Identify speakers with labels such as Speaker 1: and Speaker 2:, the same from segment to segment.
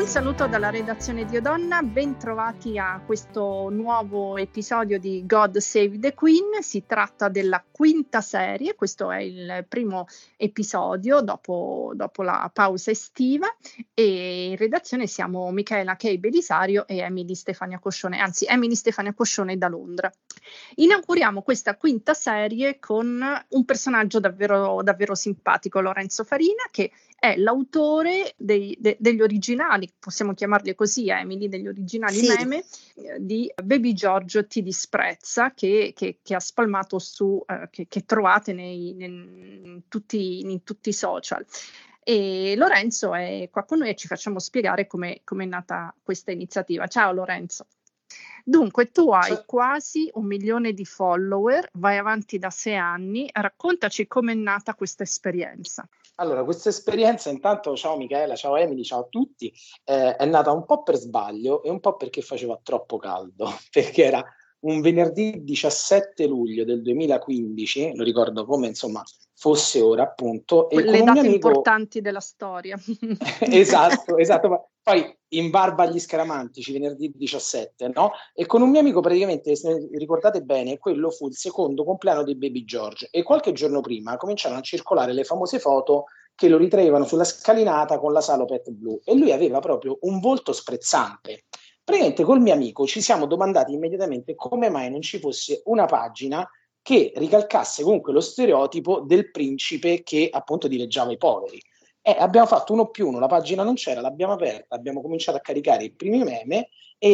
Speaker 1: Un saluto dalla redazione di Odonna, ben trovati a questo nuovo episodio di God Save the Queen. Si tratta della quinta serie, questo è il primo episodio dopo la pausa estiva e in redazione siamo Michaela Kay Belisario e Emily Stefania Coscione, anzi Emily Stefania Coscione da Londra. Inauguriamo questa quinta serie con un personaggio davvero, davvero simpatico, Lorenzo Farina, che è l'autore degli originali, possiamo chiamarli così, Emily, degli originali meme di Baby George ti disprezza, che ha spalmato su, che trovate in tutti i social. E Lorenzo è qua con noi e ci facciamo spiegare come è nata questa iniziativa. Ciao Lorenzo. Dunque, tu hai quasi 1 milione di follower, vai avanti da 6 anni, raccontaci com'è nata questa esperienza.
Speaker 2: Allora, questa esperienza intanto, ciao Michaela, ciao Emily, ciao a tutti, è nata un po' per sbaglio e un po' perché faceva troppo caldo, perché era un venerdì 17 luglio del 2015, lo ricordo come insomma fosse ora appunto. E
Speaker 1: le date importanti della storia.
Speaker 2: Esatto, ma poi in barba agli scaramantici, venerdì 17, no? E con un mio amico praticamente, se ricordate bene, quello fu il secondo compleanno di Baby George e qualche giorno prima cominciarono a circolare le famose foto che lo ritraevano sulla scalinata con la salopette blu e lui aveva proprio un volto sprezzante. Praticamente col mio amico ci siamo domandati immediatamente come mai non ci fosse una pagina che ricalcasse comunque lo stereotipo del principe che appunto dileggiava i poveri. Abbiamo fatto 1+1, la pagina non c'era, l'abbiamo aperta, abbiamo cominciato a caricare i primi meme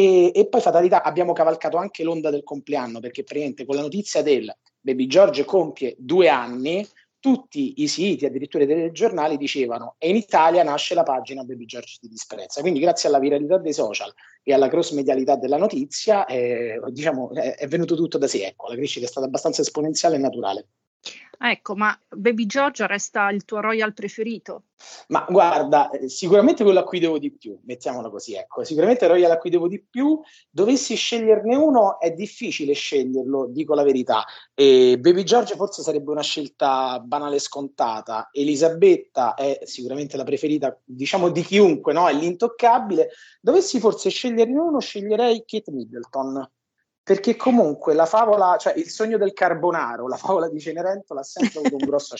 Speaker 2: e poi fatalità abbiamo cavalcato anche l'onda del compleanno, perché praticamente con la notizia del Baby George compie 2 anni, tutti i siti, addirittura i telegiornali dicevano e in Italia nasce la pagina Baby George ti disprezza. Quindi grazie alla viralità dei social e alla cross-medialità della notizia diciamo, è venuto tutto da sé. Ecco, la crescita è stata abbastanza esponenziale e naturale.
Speaker 1: Ecco, ma Baby George resta il tuo royal preferito?
Speaker 2: Ma guarda, sicuramente quello a cui devo di più, mettiamolo così, ecco, sicuramente royal a cui devo di più. Dovessi sceglierne uno è difficile sceglierlo, dico la verità. Baby George forse sarebbe una scelta banale e scontata. Elisabetta è sicuramente la preferita, diciamo, di chiunque, no? È l'intoccabile. Dovessi forse sceglierne uno, sceglierei Kate Middleton. Perché comunque la favola, cioè il sogno del carbonaro, la favola di Cenerentola ha sempre avuto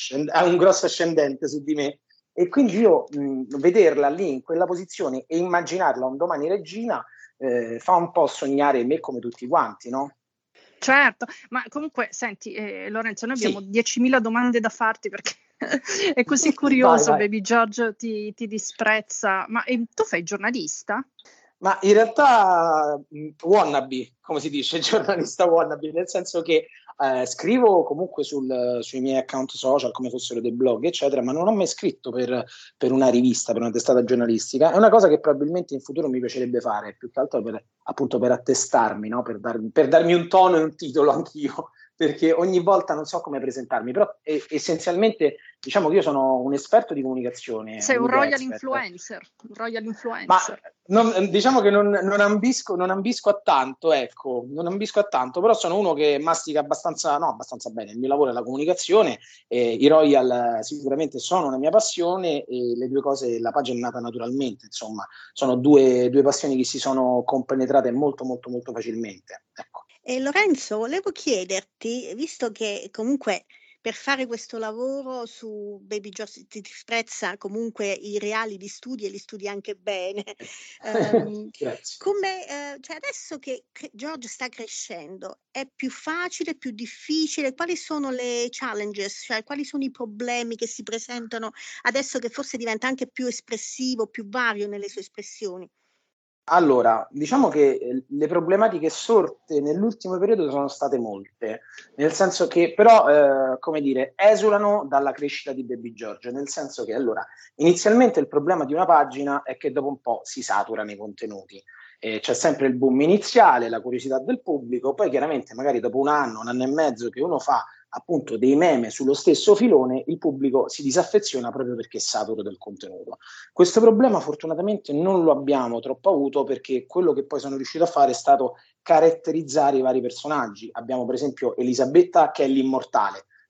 Speaker 2: un grosso ascendente su di me e quindi io vederla lì in quella posizione e immaginarla un domani regina fa un po' sognare me come tutti quanti, no?
Speaker 1: Certo, ma comunque senti Lorenzo, noi abbiamo 10.000 domande da farti perché è così curioso. Vai. Baby George ti disprezza, ma tu fai giornalista?
Speaker 2: Ma in realtà wannabe, come si dice, giornalista wannabe, nel senso che scrivo comunque sui miei account social come fossero dei blog, eccetera, ma non ho mai scritto per una rivista, per una testata giornalistica. È una cosa che probabilmente in futuro mi piacerebbe fare, più che altro appunto per attestarmi, no? Per darmi un tono e un titolo anch'io, perché ogni volta non so come presentarmi, però essenzialmente diciamo che io sono un esperto di comunicazione.
Speaker 1: Sei un royal influencer.
Speaker 2: Ma diciamo che non ambisco a tanto, ecco, però sono uno che mastica abbastanza bene. Il mio lavoro è la comunicazione, i royal sicuramente sono una mia passione e le due cose, la pagina è nata naturalmente, insomma, sono due passioni che si sono compenetrate molto, molto, molto facilmente, ecco.
Speaker 3: Lorenzo, volevo chiederti, visto che comunque per fare questo lavoro su Baby George ti disprezza comunque i reali li studi e li studi anche bene, cioè adesso che George sta crescendo è più facile, più difficile? Quali sono le challenges, cioè quali sono i problemi che si presentano adesso che forse diventa anche più espressivo, più vario nelle sue espressioni?
Speaker 2: Allora, diciamo che le problematiche sorte nell'ultimo periodo sono state molte, nel senso che però, come dire, esulano dalla crescita di Baby George, nel senso che allora, inizialmente il problema di una pagina è che dopo un po' si saturano i contenuti. C'è sempre il boom iniziale, la curiosità del pubblico, poi chiaramente magari dopo un anno e mezzo che uno fa appunto dei meme sullo stesso filone, il pubblico si disaffeziona proprio perché è saturo del contenuto. Questo problema fortunatamente non lo abbiamo troppo avuto, perché quello che poi sono riuscito a fare è stato caratterizzare i vari personaggi. Abbiamo per esempio Elisabetta che è l'immortale,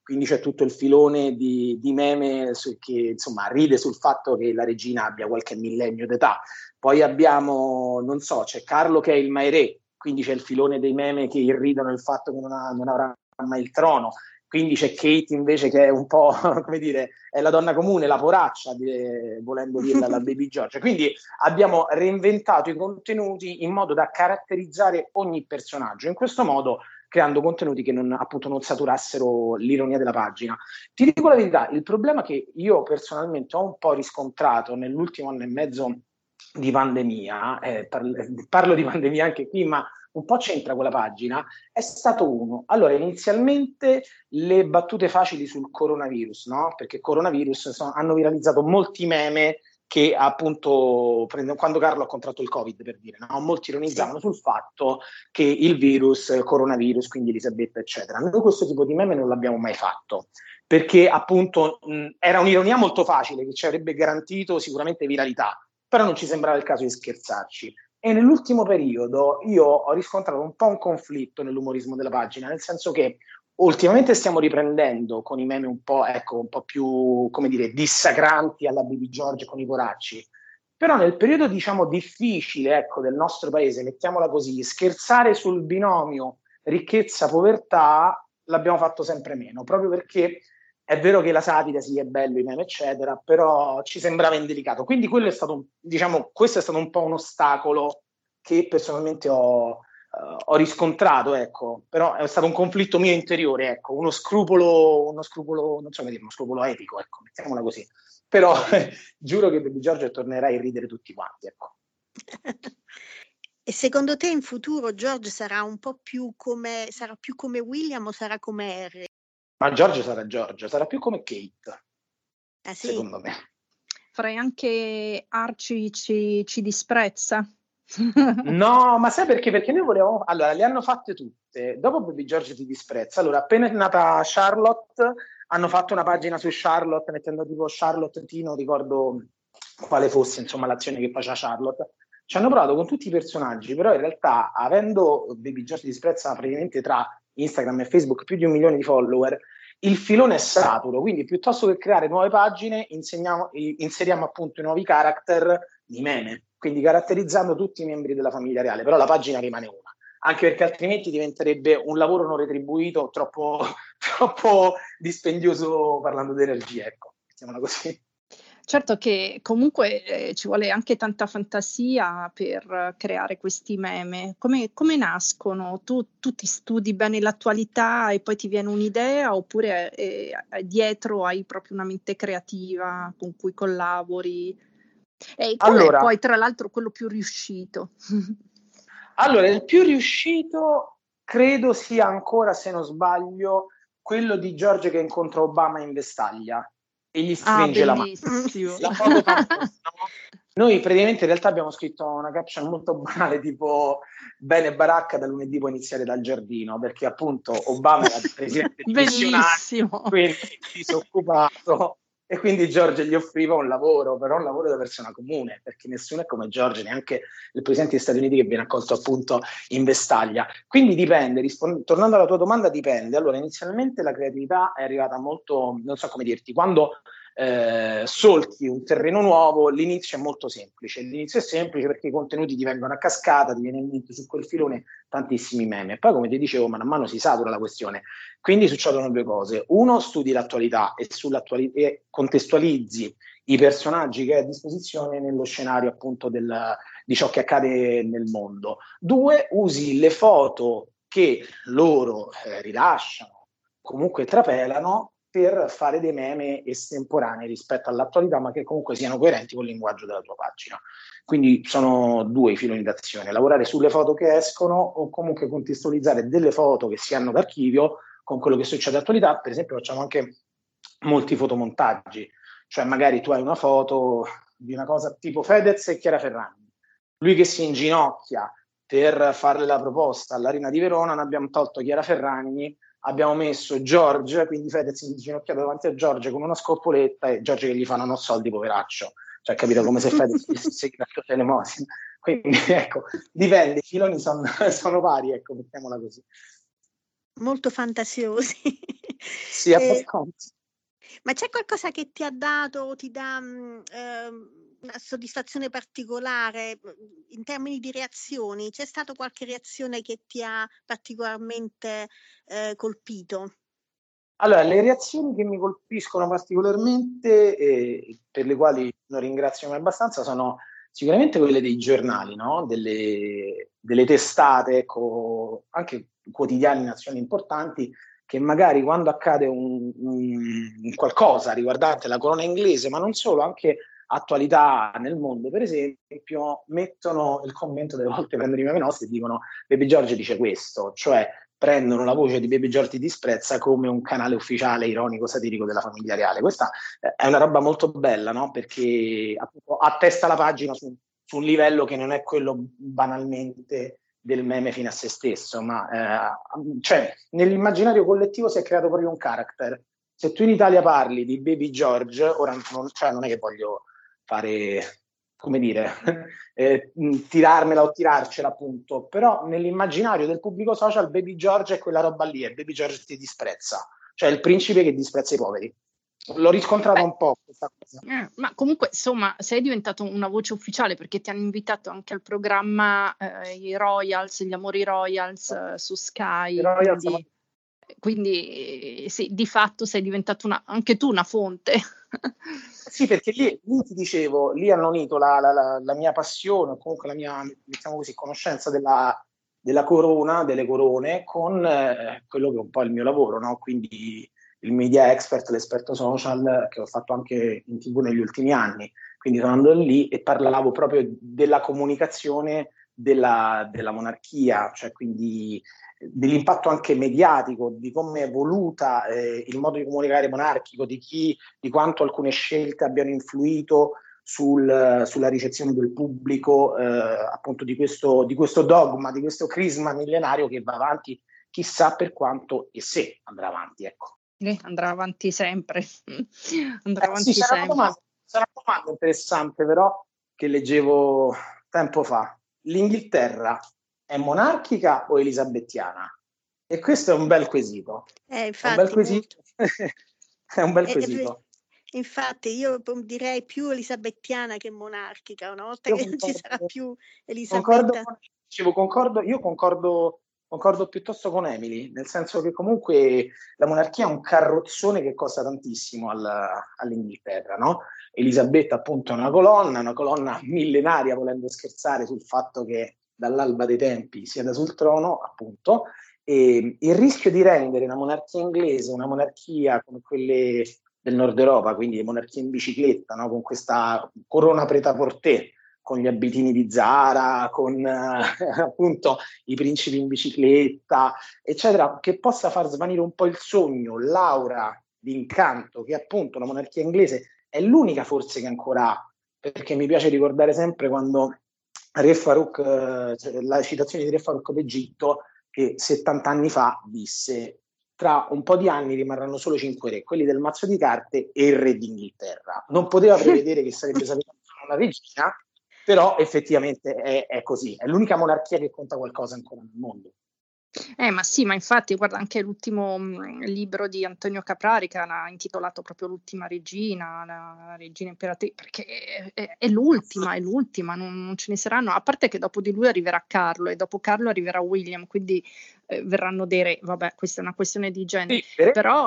Speaker 2: quindi c'è tutto il filone di meme che insomma ride sul fatto che la regina abbia qualche millennio d'età. Poi abbiamo, non so, c'è Carlo che è il Mai Re, quindi c'è il filone dei meme che irridono il fatto che non avrà mai il trono. Quindi c'è Kate invece che è un po', come dire, è la donna comune, la poraccia, volendo dirla la Baby George. Quindi abbiamo reinventato i contenuti in modo da caratterizzare ogni personaggio, in questo modo creando contenuti che appunto non saturassero l'ironia della pagina. Ti dico la verità, il problema che io personalmente ho un po' riscontrato nell'ultimo anno e mezzo di pandemia, parlo di pandemia anche qui, ma un po' c'entra quella pagina, è stato uno. Allora, inizialmente le battute facili sul coronavirus, no? Perché coronavirus hanno viralizzato molti meme che appunto, quando Carlo ha contratto il Covid, per dire, no? Molti ironizzavano sul fatto che il virus, coronavirus, quindi Elisabetta, eccetera. Noi questo tipo di meme non l'abbiamo mai fatto, perché appunto era un'ironia molto facile che ci avrebbe garantito sicuramente viralità, però non ci sembrava il caso di scherzarci. E nell'ultimo periodo io ho riscontrato un po' un conflitto nell'umorismo della pagina, nel senso che ultimamente stiamo riprendendo con i meme un po' più, come dire, dissacranti alla Baby George con i poracci. Però nel periodo, diciamo, difficile, ecco, del nostro paese, mettiamola così, scherzare sul binomio ricchezza-povertà l'abbiamo fatto sempre meno, proprio perché è vero che la satira sì è bello, i meme eccetera, però ci sembrava indelicato. Quindi quello è stato, diciamo, questo è stato un po' un ostacolo che personalmente ho riscontrato, ecco, però è stato un conflitto mio interiore, ecco, uno scrupolo, non so come dire, uno scrupolo etico, ecco, mettiamola così. Però giuro che Baby George tornerà a ridere tutti quanti, ecco.
Speaker 3: E secondo te in futuro George sarà un po' più sarà più come William o sarà come Harry?
Speaker 2: Ma George, sarà più come Kate,
Speaker 3: Sì?
Speaker 2: secondo me.
Speaker 1: Farei anche Archie ci disprezza.
Speaker 2: No, ma sai perché? Perché noi volevamo... Allora, le hanno fatte tutte. Dopo Baby George ti disprezza. Allora, appena è nata Charlotte, hanno fatto una pagina su Charlotte, mettendo tipo Charlotte T, non ricordo quale fosse, insomma, l'azione che faceva Charlotte. Ci hanno provato con tutti i personaggi, però in realtà, avendo Baby George disprezza praticamente tra Instagram e Facebook più di 1 milione di follower, il filone è saturo, quindi piuttosto che creare nuove pagine, inseriamo appunto i nuovi character di meme, quindi caratterizzando tutti i membri della famiglia reale, però la pagina rimane una, anche perché altrimenti diventerebbe un lavoro non retribuito troppo dispendioso parlando di energia, ecco, mettiamola così.
Speaker 1: Certo che comunque ci vuole anche tanta fantasia per creare questi meme. Come nascono? Tu ti studi bene l'attualità e poi ti viene un'idea, oppure dietro hai proprio una mente creativa con cui collabori? E qual è poi tra l'altro quello più riuscito?
Speaker 2: Allora, il più riuscito credo sia ancora, se non sbaglio, quello di George che incontra Obama in vestaglia e gli stringe la mano. La foto famosa, no? Noi praticamente in realtà abbiamo scritto una caption molto banale tipo bene baracca da lunedì può iniziare dal giardino, perché appunto Obama era il presidente
Speaker 1: bellissimo,
Speaker 2: quindi disoccupato, e quindi George gli offriva un lavoro, però un lavoro da persona comune, perché nessuno è come George, neanche il presidente degli Stati Uniti che viene accolto appunto in vestaglia. Quindi dipende, tornando alla tua domanda, dipende. Allora, inizialmente la creatività è arrivata molto, non so come dirti, quando solchi un terreno nuovo, l'inizio è molto semplice. L'inizio è semplice perché i contenuti ti vengono a cascata, ti viene in mente su quel filone tantissimi meme. Poi, come ti dicevo, man mano si satura la questione. Quindi succedono due cose. Uno, studi l'attualità e contestualizzi i personaggi che hai a disposizione nello scenario appunto di ciò che accade nel mondo. Due, usi le foto che loro rilasciano, comunque trapelano, per fare dei meme estemporanei rispetto all'attualità, ma che comunque siano coerenti con il linguaggio della tua pagina. Quindi sono due i filoni d'azione: lavorare sulle foto che escono o comunque contestualizzare delle foto che si hanno d'archivio con quello che succede all'attualità. Per esempio facciamo anche molti fotomontaggi, cioè magari tu hai una foto di una cosa tipo Fedez e Chiara Ferragni, lui che si inginocchia per farle la proposta all'Arena di Verona, ne abbiamo tolto Chiara Ferragni, abbiamo messo George, quindi Fedez inginocchiato davanti a George con una scoppoletta e George che gli fa non ho soldi poveraccio, cioè capito, come se Fedez stesse grattando l'elemosina. Quindi ecco, dipende, i filoni sono vari, ecco, mettiamola così.
Speaker 3: molto fantasiosi.
Speaker 2: Sì, abbastanza.
Speaker 3: Ma c'è qualcosa che ti ha dato o ti dà una soddisfazione particolare in termini di reazioni? C'è stata qualche reazione che ti ha particolarmente colpito?
Speaker 2: Allora, le reazioni che mi colpiscono particolarmente e per le quali non ringrazio mai abbastanza sono sicuramente quelle dei giornali, no? Delle testate, ecco, anche quotidiani, nazioni importanti, che magari quando accade un qualcosa riguardante la corona inglese, ma non solo, anche attualità nel mondo, per esempio, mettono il commento, delle volte prendono i meme nostri e dicono Baby Giorgio dice questo, cioè prendono la voce di Baby Giorgio di Disprezza come un canale ufficiale ironico satirico della famiglia reale. Questa è una roba molto bella, no? Perché appunto attesta la pagina su un livello che non è quello banalmente del meme fine a se stesso, ma cioè, nell'immaginario collettivo si è creato proprio un character. Se tu in Italia parli di Baby George, ora non è che voglio fare, come dire, tirarmela o tirarcela appunto, però nell'immaginario del pubblico social Baby George è quella roba lì, è Baby George ti disprezza, cioè il principe che disprezza i poveri. L'ho riscontrata un po' questa cosa.
Speaker 1: Ma comunque, insomma, sei diventato una voce ufficiale perché ti hanno invitato anche al programma i Royals, gli Amori Royals su Sky, quindi sì, di fatto sei diventato anche tu una fonte.
Speaker 2: Sì, perché lì ti dicevo, lì hanno unito la mia passione, o comunque la mia, diciamo così, conoscenza della corona, delle corone, con quello che è un po' il mio lavoro, no? Quindi il media expert, l'esperto social, che ho fatto anche in TV negli ultimi anni. Quindi sono andato lì e parlavo proprio della comunicazione della monarchia, cioè quindi dell'impatto anche mediatico, di come è evoluta il modo di comunicare monarchico, di quanto alcune scelte abbiano influito sulla ricezione del pubblico, appunto di questo dogma, di questo crisma millenario che va avanti chissà per quanto e se andrà avanti, ecco.
Speaker 1: Andrà avanti sempre. Andrà avanti
Speaker 2: sì,
Speaker 1: sempre.
Speaker 2: C'era una domanda interessante però che leggevo tempo fa. L'Inghilterra è monarchica o elisabettiana? E questo è un bel quesito.
Speaker 3: Infatti,
Speaker 2: è un bel quesito. È un bel quesito.
Speaker 3: Infatti, io direi più elisabettiana che monarchica, una volta che non ci sarà più Elisabetta.
Speaker 2: Concordo piuttosto con Emily, nel senso che comunque la monarchia è un carrozzone che costa tantissimo all'Inghilterra, no? Elisabetta appunto è una colonna millenaria, volendo scherzare sul fatto che dall'alba dei tempi sieda sul trono, appunto, e il rischio di rendere la monarchia inglese una monarchia come quelle del nord Europa, quindi le monarchie in bicicletta, no? Con questa corona prêt-à-porter, con gli abitini di Zara, con appunto i principi in bicicletta, eccetera, che possa far svanire un po' il sogno, l'aura di incanto che appunto la monarchia inglese è l'unica forse che ancora ha, perché mi piace ricordare sempre quando Re Farouk, la citazione di Re Farouk d'Egitto, che 70 anni fa disse tra un po' di anni rimarranno solo 5 re, quelli del mazzo di carte e il re d'Inghilterra. Non poteva prevedere che sarebbe stata una regina, però effettivamente è così, è l'unica monarchia che conta qualcosa ancora nel mondo.
Speaker 1: Ma sì, ma infatti guarda anche l'ultimo libro di Antonio Caprarica l'ha intitolato proprio L'ultima regina, la regina imperatrice, perché è l'ultima, non ce ne saranno, a parte che dopo di lui arriverà Carlo e dopo Carlo arriverà William, quindi verranno dei re, vabbè, questa è una questione di genere,
Speaker 2: sì,
Speaker 1: però...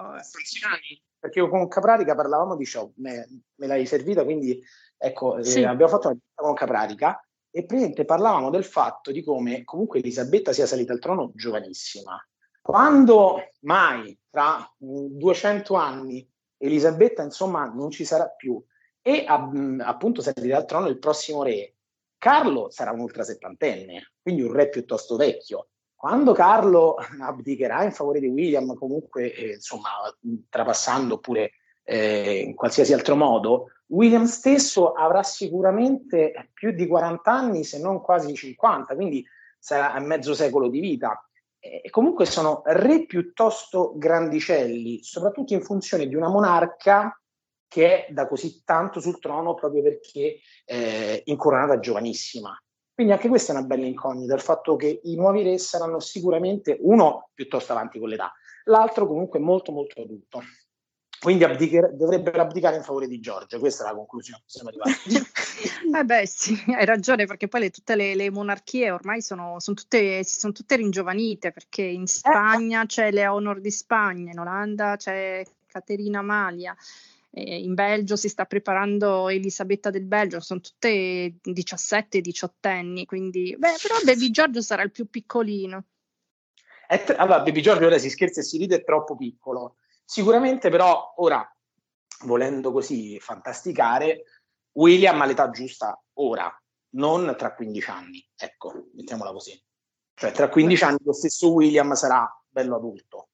Speaker 2: Perché io con Caprarica parlavamo di ciò, me l'hai servita, quindi ecco,
Speaker 1: sì.
Speaker 2: Abbiamo fatto una con Caprarica e praticamente parlavamo del fatto di come comunque Elisabetta sia salita al trono giovanissima. Quando mai tra 200 anni Elisabetta insomma non ci sarà più e appunto salirà al trono il prossimo re, Carlo sarà un ultrasettantenne, quindi un re piuttosto vecchio. Quando Carlo abdicherà in favore di William, comunque insomma trapassando oppure in qualsiasi altro modo, William stesso avrà sicuramente più di 40 anni, se non quasi 50, quindi sarà a mezzo secolo di vita. E comunque sono re piuttosto grandicelli, soprattutto in funzione di una monarca che è da così tanto sul trono proprio perché incoronata giovanissima. Quindi anche questa è una bella incognita, il fatto che i nuovi re saranno sicuramente uno piuttosto avanti con l'età, l'altro comunque molto molto adulto. Quindi dovrebbero abdicare in favore di George, questa è la conclusione che siamo arrivati.
Speaker 1: Beh sì, hai ragione, perché poi tutte le monarchie ormai sono tutte ringiovanite, perché in Spagna c'è Leonor di Spagna, in Olanda c'è Caterina Amalia, in Belgio si sta preparando Elisabetta del Belgio, sono tutte 17-18 anni, quindi però Baby Giorgio sarà il più piccolino.
Speaker 2: Allora, Baby Giorgio, ora si scherza e si ride, è troppo piccolo. Sicuramente però, ora, volendo così fantasticare, William ha l'età giusta ora, non tra 15 anni. Ecco, mettiamola così. Cioè, tra 15 anni lo stesso William sarà bello adulto.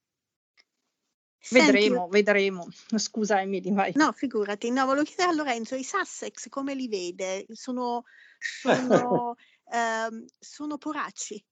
Speaker 1: Vedremo. Scusa Emily, vai.
Speaker 3: No, figurati. No, volevo chiedere a Lorenzo, i Sussex come li vede? Sono poracci?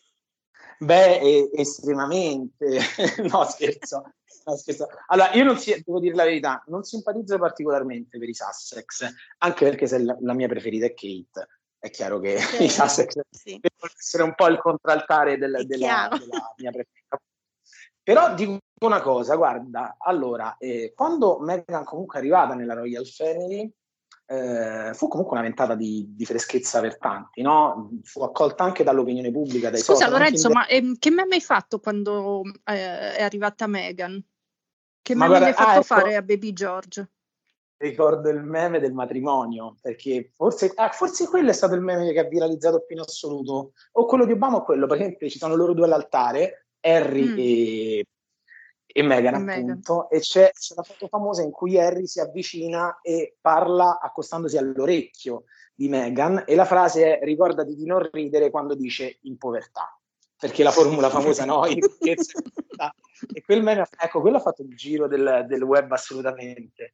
Speaker 2: Beh, estremamente. No, scherzo. Allora, io devo dire la verità, non simpatizzo particolarmente per i Sussex, anche perché se la mia preferita è Kate. È chiaro che i Sussex devono essere un po' il contraltare della mia preferita. Però dico una cosa, guarda, allora, quando Meghan comunque è arrivata nella Royal Family, fu comunque una ventata di freschezza per tanti, no? Fu accolta anche dall'opinione pubblica, dai
Speaker 1: Scusa
Speaker 2: social.
Speaker 1: Lorenzo, ma che meme hai fatto quando è arrivata Meghan? Che meme le hai fatto fare a Baby George?
Speaker 2: Ricordo il meme del matrimonio, perché forse quello è stato il meme che ha viralizzato più in assoluto, o quello di Obama o quello, perché ci sono loro due all'altare, Harry e Meghan, appunto, e c'è una foto famosa in cui Harry si avvicina e parla accostandosi all'orecchio di Meghan, e la frase è: ricordati di non ridere quando dice in povertà, perché la formula famosa, no? E quel meme, ecco, quello ha fatto il giro del web assolutamente.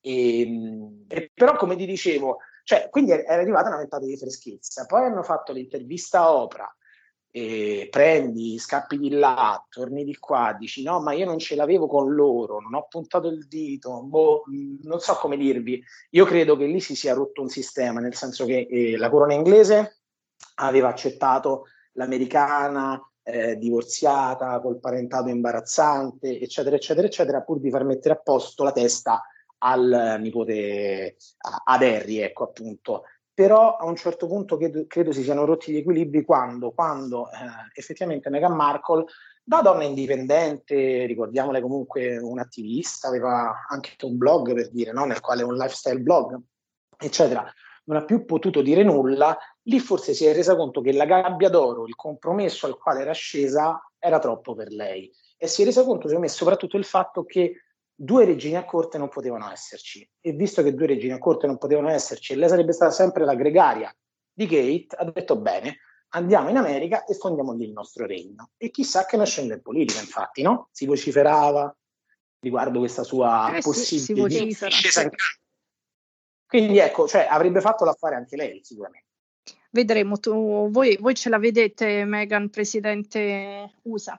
Speaker 2: E però, come ti dicevo, cioè, quindi è arrivata una ventata di freschezza. Poi hanno fatto l'intervista a Oprah, e prendi, scappi di là, torni di qua, dici no, ma io non ce l'avevo con loro, non ho puntato il dito, non so come dirvi. Io credo che lì si sia rotto un sistema, nel senso che la corona inglese aveva accettato l'americana divorziata, col parentato imbarazzante, eccetera, eccetera, eccetera, pur di far mettere a posto la testa al nipote, ad Harry, ecco, appunto. Però a un certo punto credo si siano rotti gli equilibri quando effettivamente Meghan Markle, da donna indipendente, ricordiamole comunque un'attivista, aveva anche un blog, per dire, no? Nel quale un lifestyle blog, eccetera, non ha più potuto dire nulla. Lì forse si è resa conto che la gabbia d'oro, il compromesso al quale era scesa, era troppo per lei, e si è resa conto, secondo me, soprattutto il fatto che due regine a corte non potevano esserci, e visto che due regine a corte non potevano esserci e lei sarebbe stata sempre la gregaria di Kate, ha detto bene, andiamo in America e fondiamo lì il nostro regno. E chissà che ne scende in politica, infatti, no? Si vociferava riguardo questa sua possibile discesa in campo. Quindi ecco, cioè, avrebbe fatto l'affare anche lei, sicuramente.
Speaker 1: Vedremo. Voi ce la vedete, Meghan, presidente USA?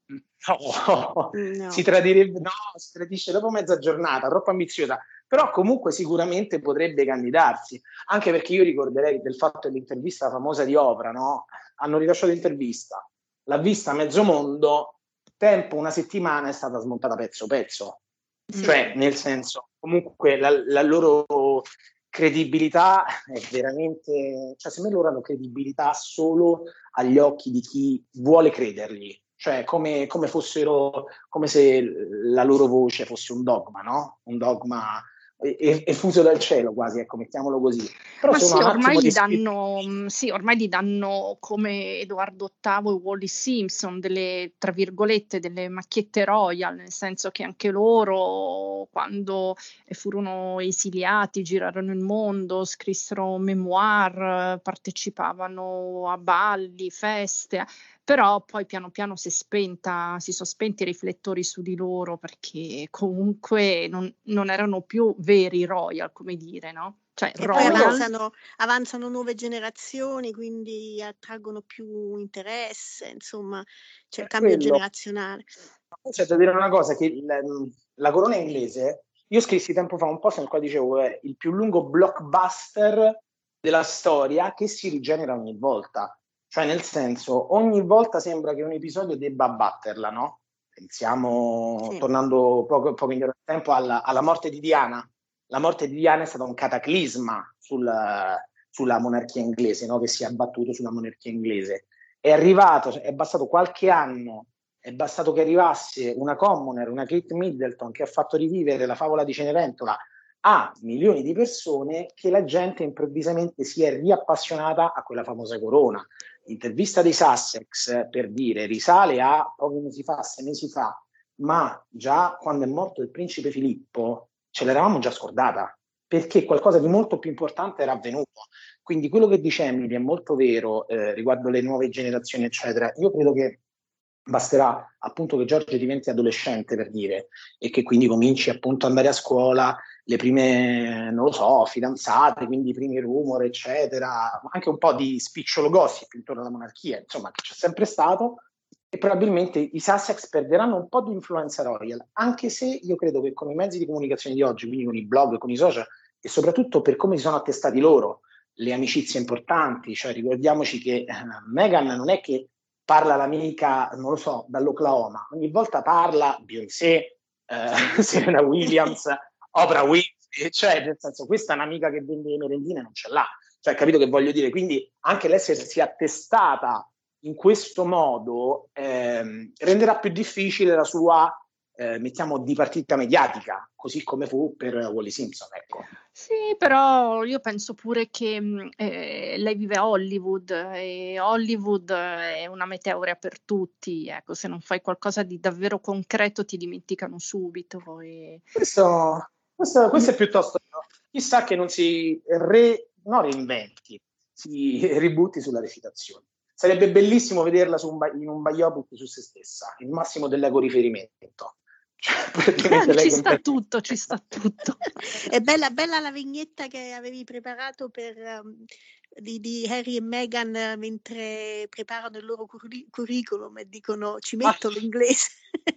Speaker 2: No. Si tradisce dopo mezza giornata, troppo ambiziosa, però comunque sicuramente potrebbe candidarsi, anche perché io ricorderei del fatto dell'intervista famosa di Oprah, no? Hanno rilasciato l'intervista, l'ha vista mezzo mondo, tempo una settimana è stata smontata pezzo pezzo, cioè nel senso, comunque la loro credibilità è veramente, cioè se me loro hanno credibilità solo agli occhi di chi vuole credergli, cioè come fossero, come se la loro voce fosse un dogma, no? Un dogma effuso dal cielo quasi, ecco, mettiamolo così. Però
Speaker 1: ma sì, ormai gli danno come Edoardo VIII e Wally Simpson delle, tra virgolette, delle macchiette royal, nel senso che anche loro, quando furono esiliati, girarono il mondo, scrissero memoir, partecipavano a balli, feste, però poi piano piano si sono spenti i riflettori su di loro, perché comunque non erano più veri royal, come dire, no? Cioè,
Speaker 3: e poi avanzano nuove generazioni, quindi attraggono più interesse, insomma, c'è il cambio generazionale.
Speaker 2: C'è da dire una cosa, che la corona inglese, io scrissi tempo fa un post nel quale dicevo è il più lungo blockbuster della storia che si rigenera ogni volta. Cioè, nel senso, ogni volta sembra che un episodio debba batterla, no? Pensiamo,
Speaker 3: Sì.
Speaker 2: tornando poco indietro nel tempo, alla morte di Diana. La morte di Diana è stata un cataclisma sulla monarchia inglese, no? Che si è abbattuto sulla monarchia inglese. È bastato qualche anno, è bastato che arrivasse una commoner, una Kate Middleton, che ha fatto rivivere la favola di Cenerentola a milioni di persone, che la gente improvvisamente si è riappassionata a quella famosa corona. L'intervista dei Sussex, per dire, risale a pochi mesi fa, 6 mesi fa, ma già quando è morto il principe Filippo ce l'eravamo già scordata, perché qualcosa di molto più importante era avvenuto. Quindi quello che dice Emily è molto vero riguardo le nuove generazioni, eccetera. Io credo che basterà appunto che Giorgio diventi adolescente, per dire, e che quindi cominci appunto ad andare a scuola, le prime, non lo so, fidanzate, quindi i primi rumor, eccetera, anche un po' di spicciolo gossip intorno alla monarchia, insomma, che c'è sempre stato, e probabilmente i Sussex perderanno un po' di influenza royal, anche se io credo che con i mezzi di comunicazione di oggi, quindi con i blog, con i social, e soprattutto per come si sono attestati loro, le amicizie importanti, cioè ricordiamoci che Meghan non è che parla l'amica, non lo so, dall'Oklahoma, ogni volta parla Beyoncé, Serena Williams, Oprah Winfrey, cioè nel senso, questa è un'amica che vende le merendine, non ce l'ha, cioè capito che voglio dire? Quindi anche l'essersi attestata in questo modo renderà più difficile la sua, mettiamo, dipartita mediatica, così come fu per Wally Simpson, ecco.
Speaker 1: Sì, però io penso pure che lei vive a Hollywood e Hollywood è una meteora per tutti, ecco, se non fai qualcosa di davvero concreto ti dimenticano subito.
Speaker 2: Questo è piuttosto, chissà che non si non reinventi, si ributti sulla recitazione. Sarebbe bellissimo vederla in un biopic su se stessa, il massimo dell'ego-riferimento.
Speaker 1: Ci sta tutto, ci sta tutto.
Speaker 3: È bella la vignetta che avevi preparato di Harry e Meghan mentre preparano il loro curriculum e dicono ci metto l'inglese.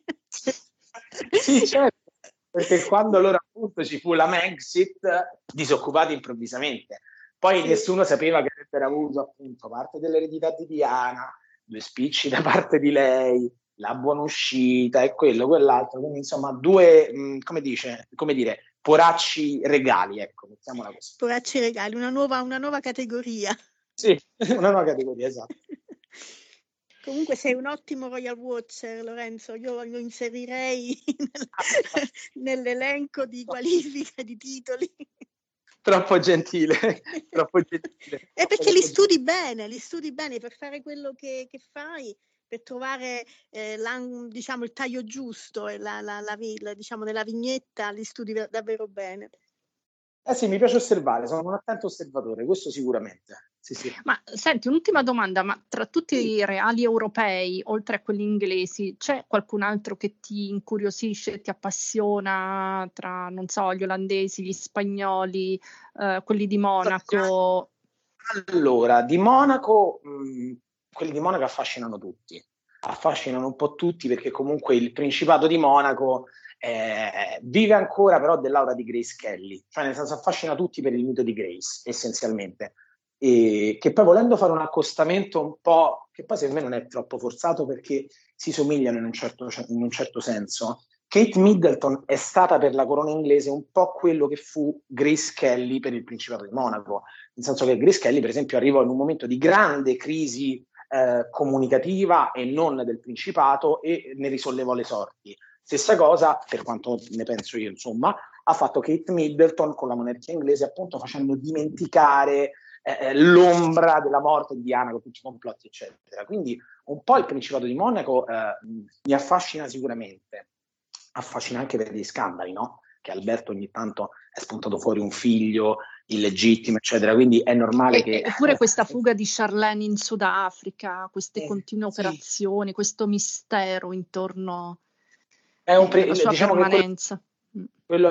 Speaker 2: Sì, certo, perché quando allora appunto ci fu la Megxit, disoccupati improvvisamente. Poi nessuno sapeva che avrebbero avuto appunto parte dell'eredità di Diana, 2 spicci da parte di lei, la buona uscita e quello, quell'altro, quindi insomma 2, come dire, poracci regali, ecco, mettiamola così.
Speaker 3: Poracci regali, una nuova categoria.
Speaker 2: Sì, una nuova categoria, esatto.
Speaker 3: Comunque sei un ottimo Royal Watcher, Lorenzo, io lo inserirei nell'elenco di qualifica di titoli.
Speaker 2: Troppo gentile, troppo gentile.
Speaker 3: È perché li studi bene per fare quello che fai, per trovare diciamo, il taglio giusto e diciamo, nella vignetta li studi davvero bene.
Speaker 2: Sì, mi piace osservare, sono un attento osservatore, questo sicuramente. Sì.
Speaker 1: Ma senti, un'ultima domanda, ma tra tutti i reali europei, oltre a quelli inglesi, c'è qualcun altro che ti incuriosisce, ti appassiona, tra, non so, gli olandesi, gli spagnoli, quelli di Monaco?
Speaker 2: Allora, di Monaco, quelli di Monaco affascinano tutti, affascinano un po' tutti, perché comunque il Principato di Monaco vive ancora però dell'aura di Grace Kelly, cioè nel senso affascina tutti per il mito di Grace, essenzialmente. E che poi, volendo fare un accostamento un po', che poi secondo me non è troppo forzato perché si somigliano in un certo senso, Kate Middleton è stata per la corona inglese un po' quello che fu Grace Kelly per il Principato di Monaco, nel senso che Grace Kelly per esempio arrivò in un momento di grande crisi comunicativa e non del Principato, e ne risollevò le sorti. Stessa cosa, per quanto ne penso io, insomma, ha fatto Kate Middleton con la monarchia inglese, appunto facendo dimenticare l'ombra della morte di Diana con tutti i complotti, eccetera. Quindi un po' il Principato di Monaco mi affascina sicuramente, affascina anche per gli scandali, no? Che Alberto ogni tanto è spuntato fuori un figlio illegittimo, eccetera, quindi è normale che...
Speaker 1: Eppure questa fuga di Charlene in Sudafrica, queste continue operazioni, questo mistero intorno alla sua
Speaker 2: diciamo
Speaker 1: permanenza.
Speaker 2: Quello è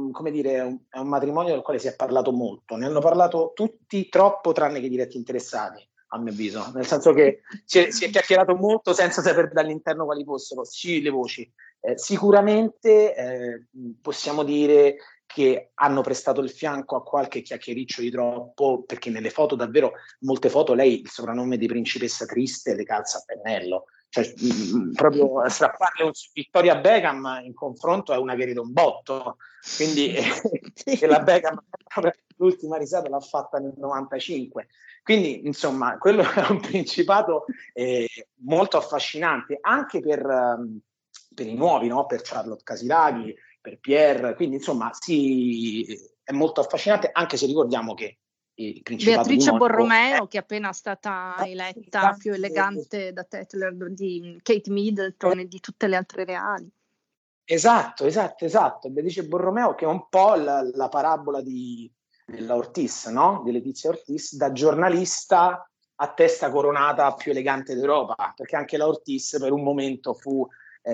Speaker 2: un matrimonio del quale si è parlato molto, ne hanno parlato tutti troppo tranne che i diretti interessati, a mio avviso, nel senso che si è chiacchierato molto senza sapere dall'interno quali fossero sì le voci. Sicuramente possiamo dire che hanno prestato il fianco a qualche chiacchiericcio di troppo, perché nelle foto davvero, molte foto, lei il soprannome di principessa triste le calza a pennello. Cioè, proprio strapparle su Victoria Beckham in confronto è una che ride un botto, quindi e la Beckham l'ultima risata l'ha fatta nel 95, quindi insomma quello è un principato molto affascinante anche per i nuovi, no? Per Charlotte Casiraghi, per Pierre, quindi insomma sì, è molto affascinante, anche se ricordiamo che il Principato
Speaker 1: Beatrice
Speaker 2: di Monaco
Speaker 1: Borromeo, che è appena stata eletta più elegante da Tetler di Kate Middleton e di tutte le altre reali.
Speaker 2: Esatto. Beatrice Borromeo, che è un po' la parabola della Ortiz, no? Di Letizia Ortiz, da giornalista a testa coronata più elegante d'Europa, perché anche la Ortiz per un momento fu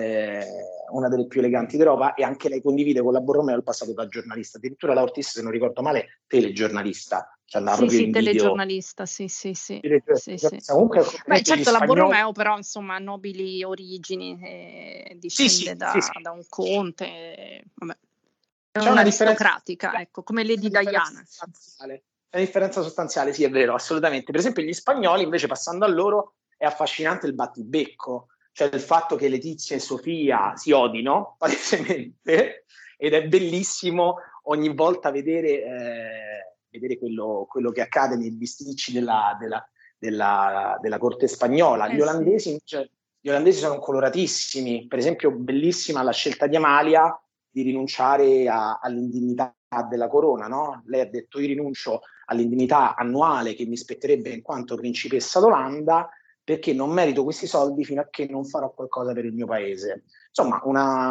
Speaker 2: una delle più eleganti d'Europa, e anche lei condivide con la Borromeo il passato da giornalista. Addirittura la Ortiz, se non ricordo male, telegiornalista. Cioè
Speaker 1: Sì, telegiornalista, sì.
Speaker 2: Comunque,
Speaker 1: beh, certo, la Borromeo però insomma ha nobili origini, discende da un conte, vabbè. È un'aristocratica, ecco, come Lady Diana.
Speaker 2: È una differenza sostanziale, sì, è vero, assolutamente. Per esempio gli spagnoli, invece, passando a loro, è affascinante il battibecco, cioè il fatto che Letizia e Sofia si odino palesemente, ed è bellissimo ogni volta vedere quello che accade nei bisticci della corte spagnola. Gli olandesi sono coloratissimi, per esempio bellissima la scelta di Amalia di rinunciare all'indignità della corona, no? Lei ha detto: io rinuncio all'indignità annuale che mi spetterebbe in quanto principessa d'Olanda, perché non merito questi soldi fino a che non farò qualcosa per il mio paese. Insomma,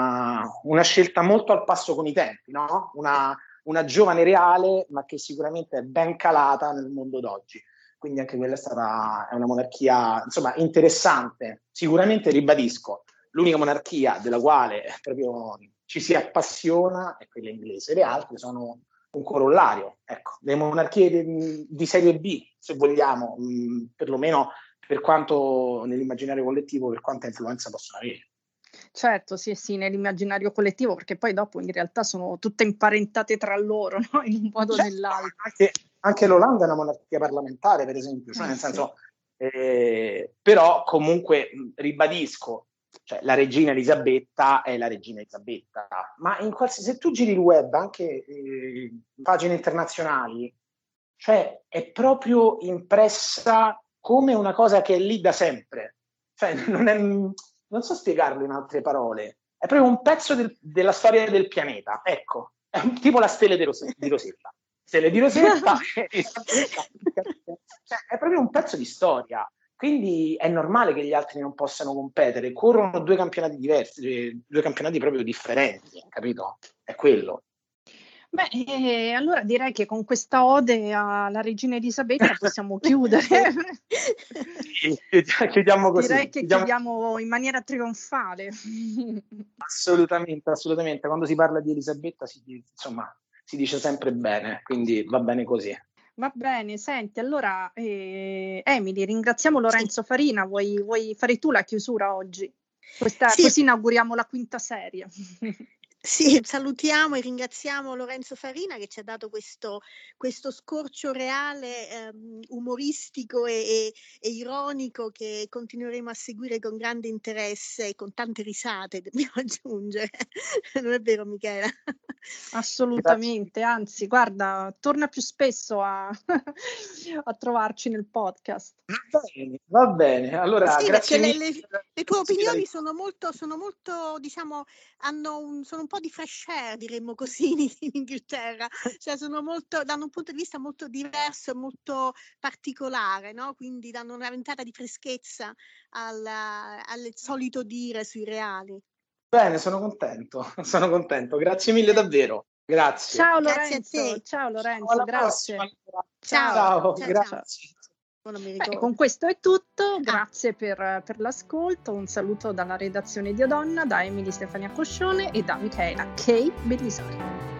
Speaker 2: una scelta molto al passo con i tempi, no? Una giovane reale, ma che sicuramente è ben calata nel mondo d'oggi. Quindi anche quella è una monarchia, insomma, interessante. Sicuramente, ribadisco, l'unica monarchia della quale proprio ci si appassiona è quella inglese, le altre sono un corollario. Ecco, le monarchie di serie B, se vogliamo, perlomeno per quanto nell'immaginario collettivo, per quanta influenza possono avere.
Speaker 1: Certo, sì, nell'immaginario collettivo, perché poi dopo in realtà sono tutte imparentate tra loro, no? In un modo o nell'altro.
Speaker 2: Anche l'Olanda è una monarchia parlamentare, per esempio, cioè nel senso, però comunque ribadisco, cioè la regina Elisabetta è la regina Elisabetta, ma se tu giri il web, anche pagine internazionali, cioè è proprio impressa come una cosa che è lì da sempre, cioè non so spiegarlo in altre parole, è proprio un pezzo della storia del pianeta, ecco, è tipo la stella di Rosetta. Stelle di Rosetta cioè, è proprio un pezzo di storia, quindi è normale che gli altri non possano competere, corrono due campionati diversi, due campionati proprio differenti, capito? È quello.
Speaker 1: Beh, allora direi che con questa ode alla regina Elisabetta possiamo chiudere.
Speaker 2: Chiudiamo così.
Speaker 1: Direi che chiudiamo in maniera trionfale.
Speaker 2: Assolutamente. Quando si parla di Elisabetta si dice sempre bene, quindi va bene così.
Speaker 1: Va bene, senti, allora Emily, ringraziamo Lorenzo Farina, vuoi fare tu la chiusura oggi? Così inauguriamo la quinta serie.
Speaker 3: Sì, salutiamo e ringraziamo Lorenzo Farina che ci ha dato questo scorcio reale, umoristico e ironico, che continueremo a seguire con grande interesse e con tante risate, dobbiamo aggiungere. Non è vero, Michela?
Speaker 1: Assolutamente, anzi, guarda, torna più spesso a trovarci nel podcast.
Speaker 2: Va bene. Allora,
Speaker 3: sì,
Speaker 2: grazie
Speaker 3: perché
Speaker 2: mille.
Speaker 3: Le tue opinioni sono molto, diciamo, sono un po' di fresh air, diremmo così, in Inghilterra, cioè danno un punto di vista molto diverso e molto particolare, no? Quindi danno una ventata di freschezza al solito dire sui reali.
Speaker 2: Bene, sono contento, grazie mille davvero. Grazie.
Speaker 1: Ciao
Speaker 3: Lorenzo.
Speaker 1: Ciao Lorenzo, grazie.
Speaker 2: Ciao, grazie.
Speaker 1: Con questo è tutto, grazie per l'ascolto, un saluto dalla redazione di Odonna, da Emily Stefania Coscione e da Michela K. Bellisari.